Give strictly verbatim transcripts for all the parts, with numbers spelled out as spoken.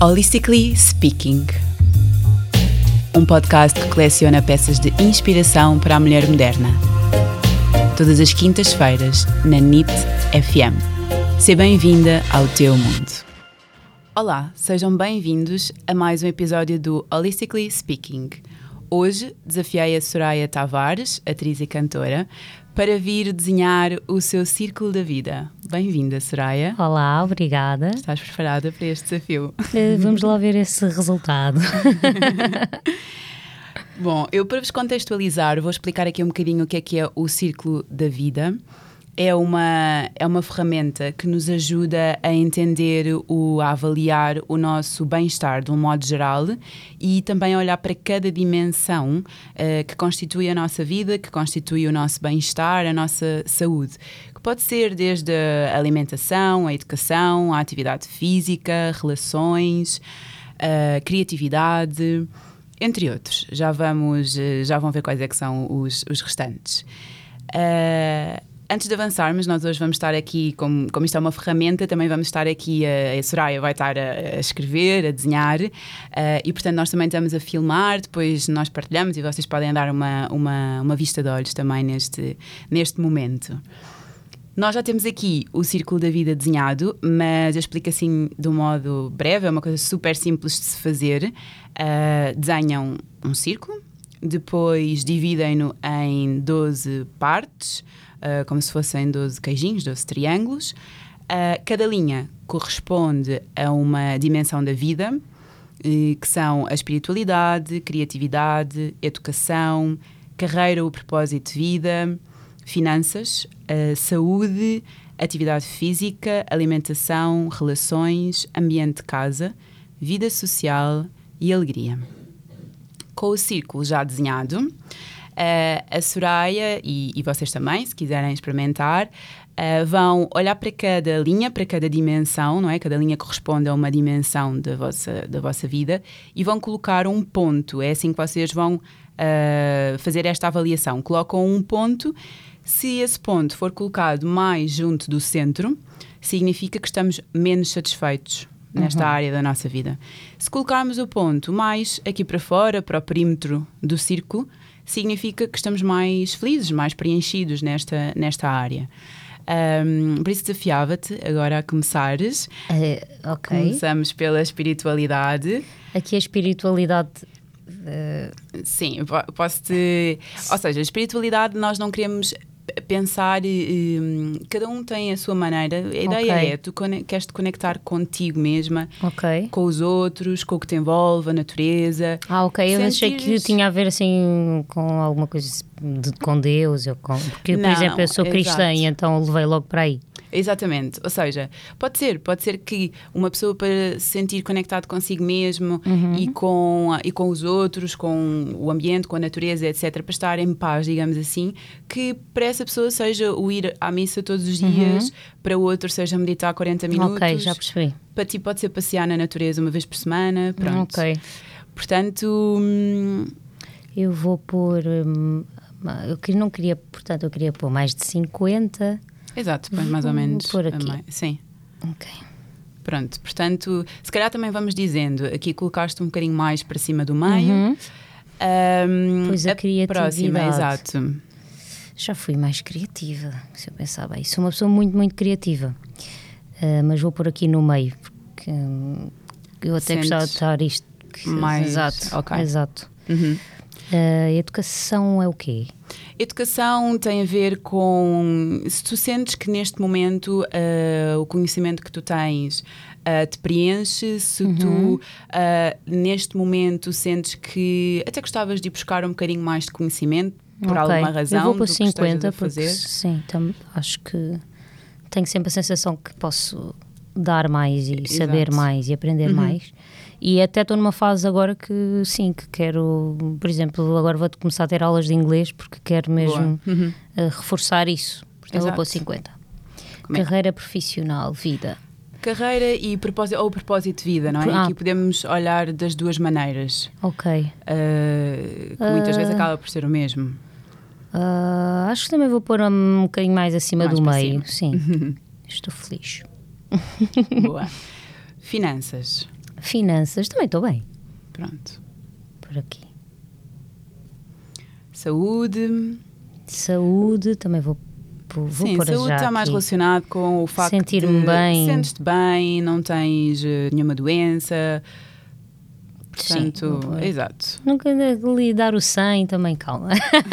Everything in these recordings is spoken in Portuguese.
Holistically Speaking, um podcast que coleciona peças de inspiração para a mulher moderna. Todas as quintas-feiras, na N I T F M. Seja bem-vinda ao teu mundo. Olá, sejam bem-vindos a mais um episódio do Holistically Speaking. Hoje desafiei a Soraya Tavares, atriz e cantora, para vir desenhar o seu círculo da vida. Bem-vinda, Soraya. Olá, obrigada. Estás preparada para este desafio? Uh, vamos lá ver esse resultado. Bom, eu para vos contextualizar vou explicar aqui um bocadinho o que é que é o círculo da vida. É uma, é uma ferramenta que nos ajuda a entender, o, a avaliar o nosso bem-estar de um modo geral e também a olhar para cada dimensão uh, que constitui a nossa vida, que constitui o nosso bem-estar, a nossa saúde. Que pode ser desde a alimentação, a educação, a atividade física, relações, a criatividade, entre outros. Já, vamos, já vão ver quais é que são os, os restantes. Uh, Antes de avançarmos, nós hoje vamos estar aqui, como, como isto é uma ferramenta, também vamos estar aqui, a, a Soraya vai estar a, a escrever, a desenhar, uh, e portanto nós também estamos a filmar, depois nós partilhamos e vocês podem dar uma, uma, uma vista de olhos também neste, neste momento. Nós já temos aqui o círculo da vida desenhado, mas eu explico assim de um modo breve, é uma coisa super simples de se fazer. Uh, desenham um círculo, depois dividem-no em doze partes, Uh, como se fossem doze queijinhos, doze triângulos. Uh, cada linha corresponde a uma dimensão da vida, uh, que são a espiritualidade, criatividade, educação, carreira, o propósito de vida, finanças, uh, saúde, atividade física, alimentação, relações, ambiente de casa, vida social e alegria. Com o círculo já desenhado, Uh, a Soraya e, e vocês também, se quiserem experimentar, uh, vão olhar para cada linha, para cada dimensão, não é? Cada linha corresponde a uma dimensão da vossa, da vossa vida e vão colocar um ponto. É assim que vocês vão uh, fazer esta avaliação. Colocam um ponto. Se esse ponto for colocado mais junto do centro, significa que estamos menos satisfeitos nesta uhum. área da nossa vida. Se colocarmos o ponto mais aqui para fora, para o perímetro do círculo, significa que estamos mais felizes, mais preenchidos nesta, nesta área. Um, por isso desafiava-te agora a começares. Uh, ok. Começamos pela espiritualidade. Aqui a espiritualidade... Uh... Sim, posso-te... Ou seja, a espiritualidade nós não queremos pensar, um, cada um tem a sua maneira. A ideia okay. é, tu queres te conectar contigo mesma, okay. com os outros, com o que te envolve, a natureza. Ah, ok, eu Sentires... achei que tinha a ver assim com alguma coisa de, com Deus, ou com... porque por não, exemplo eu sou cristã e então levei logo para aí. Exatamente, ou seja, pode ser, pode ser que uma pessoa para se sentir conectado consigo mesmo uhum. e, com, e com os outros, com o ambiente, com a natureza, etcétera, para estar em paz, digamos assim, que para essa pessoa seja o ir à missa todos os dias, uhum. para o outro seja meditar quarenta minutos. Ok, já percebi. Para ti pode ser passear na natureza uma vez por semana, pronto. Ok. Portanto... Hum, eu vou pôr... Hum, eu não queria, portanto, eu queria pôr mais de cinquenta... Exato, mas mais ou menos. Por aqui. Sim. Ok. Pronto, portanto, se calhar também vamos dizendo, aqui colocaste um bocadinho mais para cima do meio. Uhum. Um, pois a, a criatividade. Próxima, exato. Já fui mais criativa, se eu pensar bem. Sou uma pessoa muito, muito criativa. Uh, mas vou por aqui no meio, porque um, eu até Sentes gostava de estar isto. Que, mais, exato, okay. exato. Uhum. Uh, educação é o quê? Educação tem a ver com... Se tu sentes que neste momento uh, o conhecimento que tu tens uh, te preenche, se uhum. tu uh, neste momento sentes que até gostavas de ir buscar um bocadinho mais de conhecimento por okay. alguma razão. Eu vou para do cinquenta que fazer. Porque, sim, tam, acho que tenho sempre a sensação que posso dar mais e Exato. Saber mais e aprender uhum. mais. E até estou numa fase agora que sim, que quero, por exemplo, agora vou começar a ter aulas de inglês porque quero mesmo uhum. uh, reforçar isso. Portanto, eu vou pôr cinquenta. Como Carreira é? Profissional, vida. Carreira e propósito, ou propósito de vida, não é? Ah. Aqui podemos olhar das duas maneiras. Ok. Uh, que muitas uh, vezes acaba por ser o mesmo. Uh, acho que também vou pôr um bocadinho mais acima mais do meio. Cima. Sim. Estou feliz. Boa. Finanças. Finanças, também estou bem. Pronto. Por aqui. Saúde. Saúde, também vou, vou Sim, pôr já saúde está mais aqui. relacionado com o facto Sentir-me de bem. sentes-te bem, não tens uh, nenhuma doença. Portanto, sim, exato. Nunca ali dar o cem também, calma.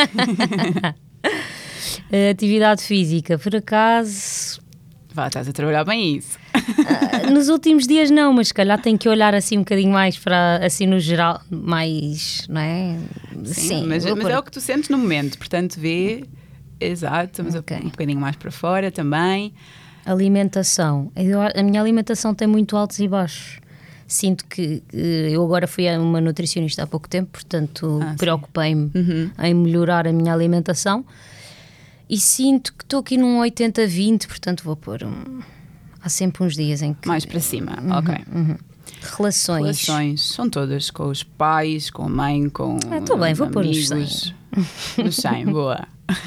Atividade física, por acaso... Vá, estás a trabalhar bem isso. Uh, nos últimos dias não, mas se calhar tenho que olhar assim um bocadinho mais para, assim no geral, mais, não é? Sim, Sim mas, mas por... é o que tu sentes no momento, portanto vê, exato, mas okay. um bocadinho mais para fora também. Alimentação, eu, a minha alimentação tem muito altos e baixos. Sinto que eu agora fui a uma nutricionista há pouco tempo, portanto ah, preocupei-me uhum. em melhorar a minha alimentação e sinto que estou aqui num oitenta vinte, portanto vou pôr um... há sempre uns dias em que... Mais para cima, uhum, ok. Uhum. Relações. Relações, são todas, com os pais, com a mãe, com ah, estou bem, vou amigos. Pôr nos cem. Nos cem, boa.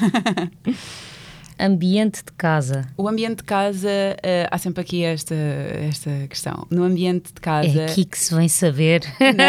Ambiente de casa. O ambiente de casa, uh, há sempre aqui esta, esta questão. No ambiente de casa... É aqui que se vem saber.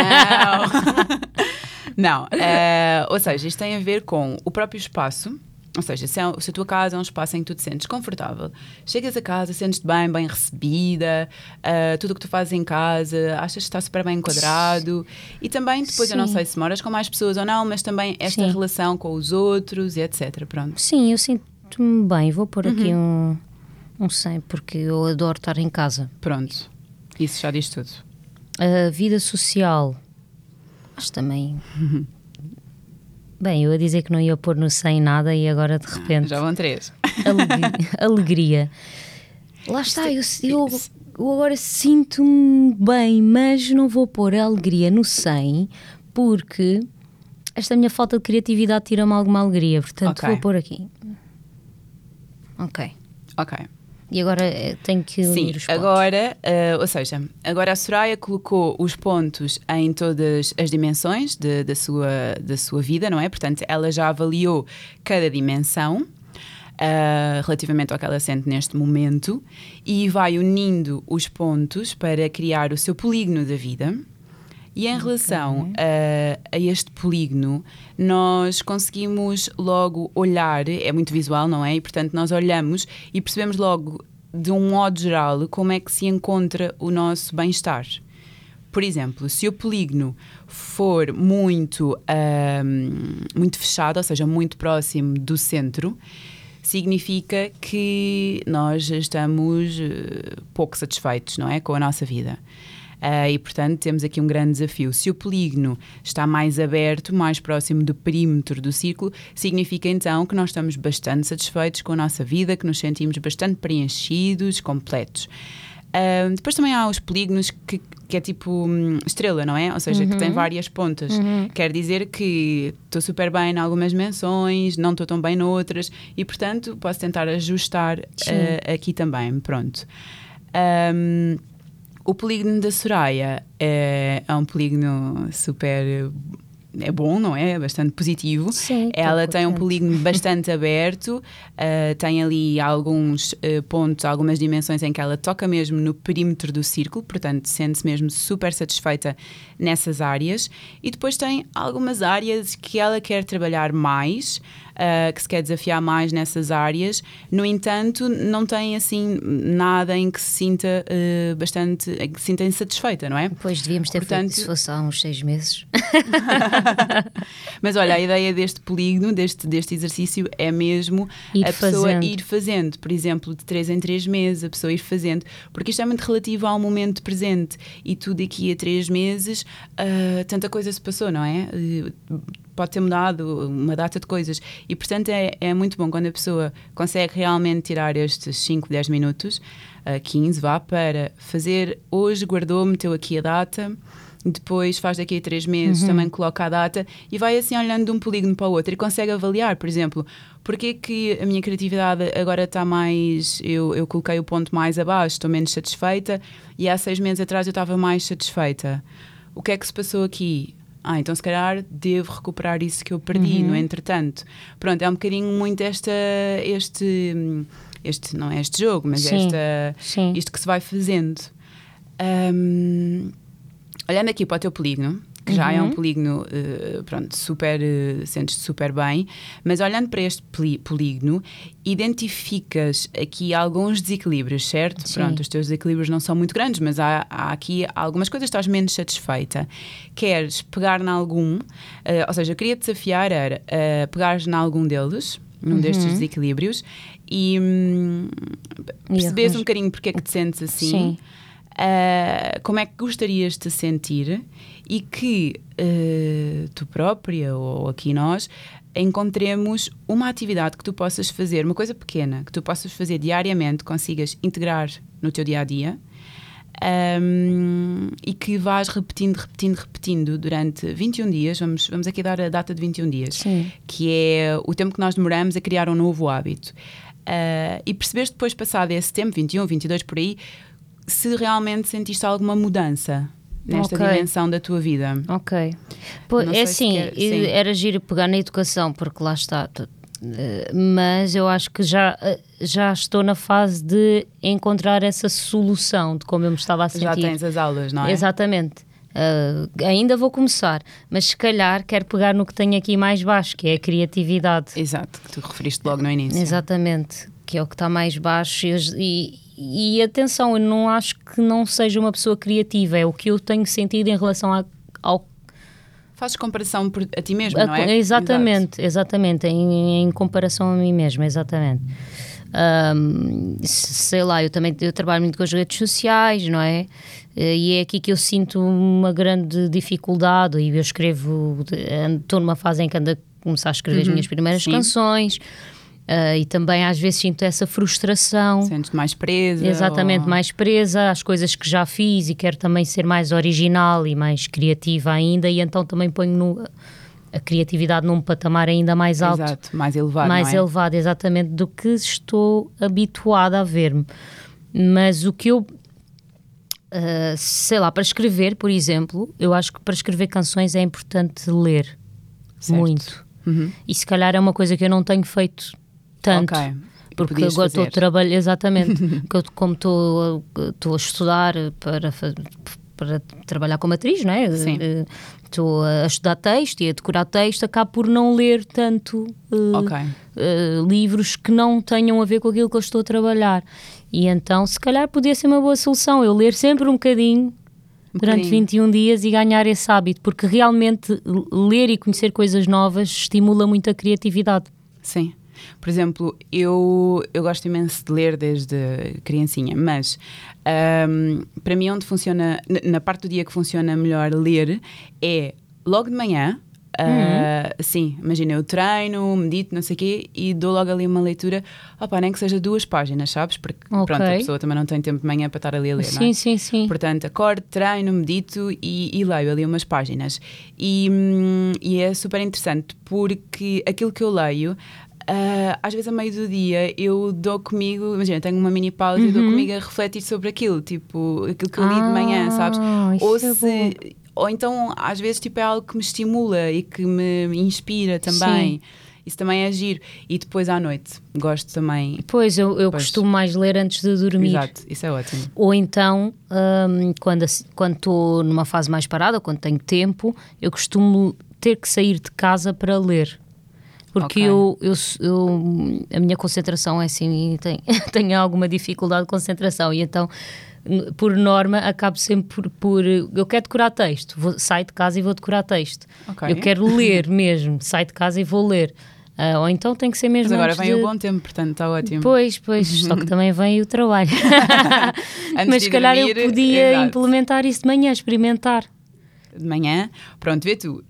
Não. Não. Uh, ou seja, isto tem a ver com o próprio espaço. Ou seja, se a, se a tua casa é um espaço em que tu te sentes confortável, chegas a casa, sentes-te bem, bem recebida, uh, tudo o que tu fazes em casa, achas que está super bem enquadrado. E também, depois, Sim. eu não sei se moras com mais pessoas ou não, mas também esta Sim. relação com os outros e etcétera. Pronto. Sim, eu sinto bem, vou pôr aqui uhum. um, um cem, porque eu adoro estar em casa. Pronto, isso já diz tudo. A vida social, mas também... Uhum. Bem, eu ia dizer que não ia pôr no cem nada e agora de repente... Já vão três. Alegria. alegria. Lá está, eu, eu, eu agora sinto-me bem, mas não vou pôr a alegria no cem porque esta minha falta de criatividade tira-me alguma alegria, portanto okay. vou pôr aqui. Ok. Ok. E agora tenho que unir Sim, os pontos. agora, uh, ou seja, agora a Soraya colocou os pontos em todas as dimensões de, da, sua, da sua vida, não é? Portanto, ela já avaliou cada dimensão uh, relativamente ao que ela sente neste momento e vai unindo os pontos para criar o seu polígono da vida. E em okay. relação a, a este polígono, nós conseguimos logo olhar, é muito visual, não é? E, portanto, nós olhamos e percebemos logo, de um modo geral, como é que se encontra o nosso bem-estar. Por exemplo, se o polígono for muito, um, muito fechado, ou seja, muito próximo do centro, significa que nós estamos uh, pouco satisfeitos, não é? Com a nossa vida. Uh, e, portanto, temos aqui um grande desafio. Se o polígono está mais aberto, mais próximo do perímetro do círculo, significa então que nós estamos bastante satisfeitos com a nossa vida, que nos sentimos bastante preenchidos, completos. Uh, depois também há os polígonos que, que é tipo hum, estrela, não é? Ou seja, uhum. que tem várias pontas. Uhum. Quer dizer que estou super bem em algumas menções, não estou tão bem noutras e, portanto, posso tentar ajustar uh, aqui também. Pronto. Um, O polígono da Soraya é, é um polígono super... é bom, não é? É bastante positivo. Sim, ela tem um polígono bastante aberto, uh, tem ali alguns uh, pontos, algumas dimensões em que ela toca mesmo no perímetro do círculo, portanto sente-se mesmo super satisfeita nessas áreas. E depois tem algumas áreas que ela quer trabalhar mais, uh, que se quer desafiar mais nessas áreas. No entanto, não tem assim nada em que se sinta uh, bastante, em que se sinta insatisfeita, não é? Pois devíamos ter portanto, feito se fosse há uns seis meses. Mas olha, a ideia deste polígono, deste, deste exercício é mesmo ir a pessoa fazendo. ir fazendo, por exemplo, de três em três meses, a pessoa ir fazendo, porque isto é muito relativo ao momento presente e tu daqui a três meses uh, tanta coisa se passou, não é? Uh, pode ter mudado uma data de coisas e portanto é, é muito bom quando a pessoa consegue realmente tirar estes cinco, dez minutos, uh, quinze vá, para fazer hoje, guardou, meteu aqui a data. Depois faz daqui a três meses, uhum. também coloca a data e vai assim olhando de um polígono para o outro e consegue avaliar, por exemplo, porque é que a minha criatividade agora está mais, eu, eu coloquei o ponto mais abaixo, estou menos satisfeita e há seis meses atrás eu estava mais satisfeita. O que é que se passou aqui? Ah, então se calhar devo recuperar isso que eu perdi uhum. no entretanto. Pronto, é um bocadinho muito esta, este, este não é este jogo, mas sim, esta, sim. isto que se vai fazendo. Um, olhando aqui para o teu polígono, que uhum. já é um polígono, uh, pronto, super, uh, sentes-te super bem, mas olhando para este polígono, identificas aqui alguns desequilíbrios, certo? Sim. Pronto, os teus desequilíbrios não são muito grandes, mas há, há aqui algumas coisas que estás menos satisfeita. Queres pegar em algum, uh, ou seja, eu queria te desafiar a uh, pegares em algum deles, num uhum. destes desequilíbrios, e hum, perceberes um bocadinho porque é que te sentes assim. Sim. Uh, como é que gostarias de te sentir e que uh, tu própria ou aqui nós encontremos uma atividade que tu possas fazer, uma coisa pequena que tu possas fazer diariamente, consigas integrar no teu dia-a-dia um, e que vais repetindo, repetindo, repetindo durante vinte e um dias. Vamos, vamos aqui dar a data de vinte e um dias. Sim. Que é o tempo que nós demoramos a criar um novo hábito. Uh, e perceberes depois, passado esse tempo, vinte e um, vinte e dois, por aí, se realmente sentiste alguma mudança nesta okay. dimensão da tua vida. Ok. Pô, é assim, quer, era giro pegar na educação, porque lá está. Mas eu acho que já, já estou na fase de encontrar essa solução de como eu me estava a sentir. Já tens as aulas, não é? Exatamente. Uh, ainda vou começar, mas se calhar quero pegar no que tenho aqui mais baixo, que é a criatividade. Exato, que tu referiste logo no início. Exatamente, que é o que está mais baixo e, e, e atenção, eu não acho que não seja uma pessoa criativa, é o que eu tenho sentido em relação a, ao... Fazes comparação por, a ti mesmo, a, não é? Exatamente, Exato. exatamente, em, em comparação a mim mesma, exatamente. Um, sei lá, eu também eu trabalho muito com as redes sociais, não é? E é aqui que eu sinto uma grande dificuldade. E eu escrevo, estou numa fase em que ando a começar a escrever uhum, as minhas primeiras sim. canções, uh, e também às vezes sinto essa frustração. Sentes-te mais presa? Exatamente, ou... mais presa às coisas que já fiz e quero também ser mais original e mais criativa ainda, e então também ponho no, a criatividade num patamar ainda mais alto. Exato, mais elevado, mais não é? elevado, exatamente, do que estou habituada a ver-me. Mas o que eu Uh, sei lá, para escrever, por exemplo, eu acho que para escrever canções é importante ler certo. muito. Uhum. E se calhar é uma coisa que eu não tenho feito tanto. Okay. Porque Podias agora estou a trabalhar, exatamente, como estou a estudar para, para trabalhar como atriz, não é? Sim. Estou a estudar texto e a decorar texto, acabo por não ler tanto uh, okay. uh, livros que não tenham a ver com aquilo que eu estou a trabalhar. E então, se calhar, podia ser uma boa solução eu ler sempre um bocadinho um durante bocadinho. vinte e um dias e ganhar esse hábito, porque realmente ler e conhecer coisas novas estimula muito a criatividade. Sim. Por exemplo, eu, eu gosto imenso de ler desde criancinha, mas um, para mim onde funciona, na parte do dia que funciona melhor ler é logo de manhã. Uh, uhum. Sim, imagina, eu treino, medito, não sei o quê, e dou logo ali uma leitura, opa, nem que seja duas páginas, sabes? Porque okay. pronto, a pessoa também não tem tempo de manhã para estar ali a ler, sim, não é? Sim, sim, Portanto, acordo, treino, medito e, e leio ali umas páginas. E, hum, e é super interessante, porque aquilo que eu leio, Uh, às vezes a meio do dia eu dou comigo, imagina, tenho uma mini pausa uhum. e dou comigo a refletir sobre aquilo, tipo, aquilo que eu li ah, de manhã, sabes? Ou, é se, ou então às vezes tipo, é algo que me estimula e que me inspira também. Sim. Isso também é giro. E depois à noite gosto também. Pois, eu, eu pois. costumo mais ler antes de dormir. Exato, isso é ótimo. Ou então, um, quando estou numa fase mais parada, quando tenho tempo, eu costumo ter que sair de casa para ler. Porque okay. eu, eu, eu, a minha concentração é assim, tenho, tenho alguma dificuldade de concentração e então, por norma, acabo sempre por... por eu quero decorar texto, vou, saio de casa e vou decorar texto. Okay. Eu quero ler mesmo, saio de casa e vou ler. Uh, ou então tem que ser mesmo... Mas agora vem de... o bom tempo, portanto está ótimo. Pois, pois, só que também vem o trabalho. Mas se calhar dormir, eu podia exato. implementar isso de manhã, experimentar. De manhã, pronto, vê tu.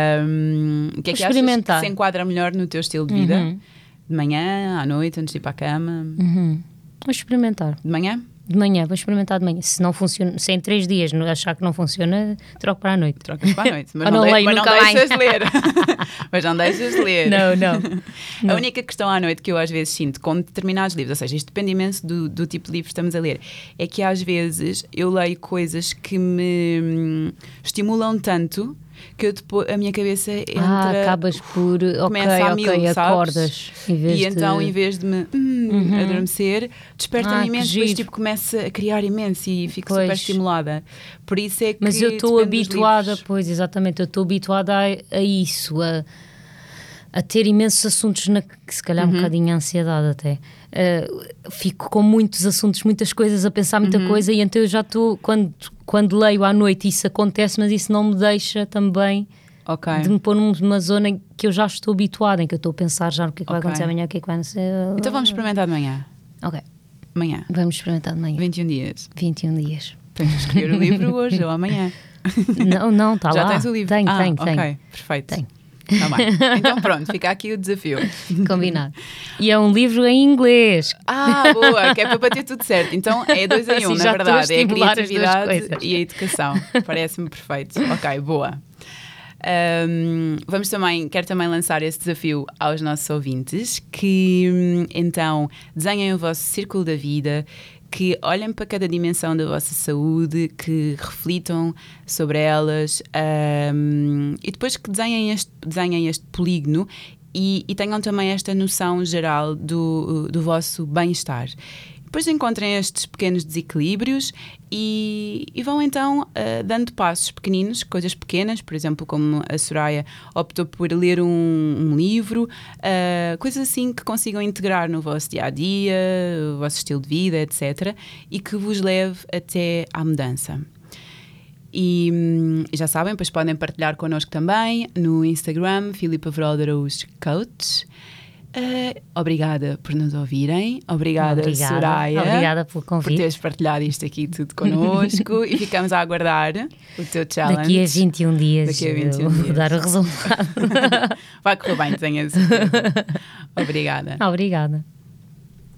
Um, o que é que achas que se enquadra melhor no teu estilo de vida? Uhum. De manhã, à noite, antes de ir para a cama? Uhum. Vou experimentar. De manhã? De manhã, vou experimentar de manhã. Se não funciona, se em três dias achar que não funciona, troco para a noite. Trocas para a noite. Mas não, não, leio, mas nunca não deixas mais. ler. Mas não deixas de ler. Não, não, não. A única questão à noite que eu às vezes sinto com determinados livros, ou seja, isto depende imenso do, do tipo de livro que estamos a ler, é que às vezes eu leio coisas que me hum, estimulam tanto que eu depois, a minha cabeça entra... Ah, acabas por... Começa ok, a mil, ok, sabes? Acordas. Em vez e de... então, em vez de me hum, uhum. adormecer, desperta-me ah, imenso, depois tipo, começo a criar imenso e fico pois. super estimulada. Por isso é que Mas eu estou habituada, pois, exatamente, eu estou habituada a, a isso, a, a ter imensos assuntos, na, que se calhar uhum. um bocadinho a ansiedade até. Uh, fico com muitos assuntos, muitas coisas, a pensar muita uhum. coisa, e então eu já estou, quando, quando leio à noite isso acontece, mas isso não me deixa também okay. de me pôr numa zona em que eu já estou habituada, em que eu estou a pensar já no que é que okay. vai acontecer amanhã, o que é que vai ser. Então vamos experimentar de manhã. Ok. Amanhã. Vamos experimentar de manhã. vinte e um dias. vinte e um dias. Tens que escolher o livro hoje ou amanhã. Não, não, está lá. Já tens o livro? Tenho, ah, tenho, ok, tenho. Perfeito. Tenho. Tá bem. Então pronto, fica aqui o desafio. Combinado. E é um livro em inglês. Ah, boa, que é para bater tudo certo. Então é dois em um, assim, na verdade. É a criatividade as e a educação. Parece-me perfeito. Ok, boa. Um, vamos também, quero também lançar esse desafio aos nossos ouvintes que então desenhem o vosso círculo da vida, que olhem para cada dimensão da vossa saúde, que reflitam sobre elas um, e depois que desenhem este, desenhem este polígono e, e tenham também esta noção geral do, do vosso bem-estar. Depois encontrem estes pequenos desequilíbrios e, e vão então uh, dando passos pequeninos, coisas pequenas, por exemplo, como a Soraya optou por ler um, um livro, uh, coisas assim que consigam integrar no vosso dia-a-dia, o vosso estilo de vida, etcétera, e que vos leve até à mudança. E hum, já sabem, depois podem partilhar connosco também no Instagram, Filipa Veroldo Araújo Coach. Uh, obrigada por nos ouvirem, obrigada, obrigada Soraya, obrigada pelo convite, por teres partilhado isto aqui tudo connosco e ficamos a aguardar o teu challenge. Daqui a vinte e um dias, Daqui a vinte e um eu dias. Vou dar o resultado. Vai correr bem, tenho a certeza. Obrigada. Obrigada.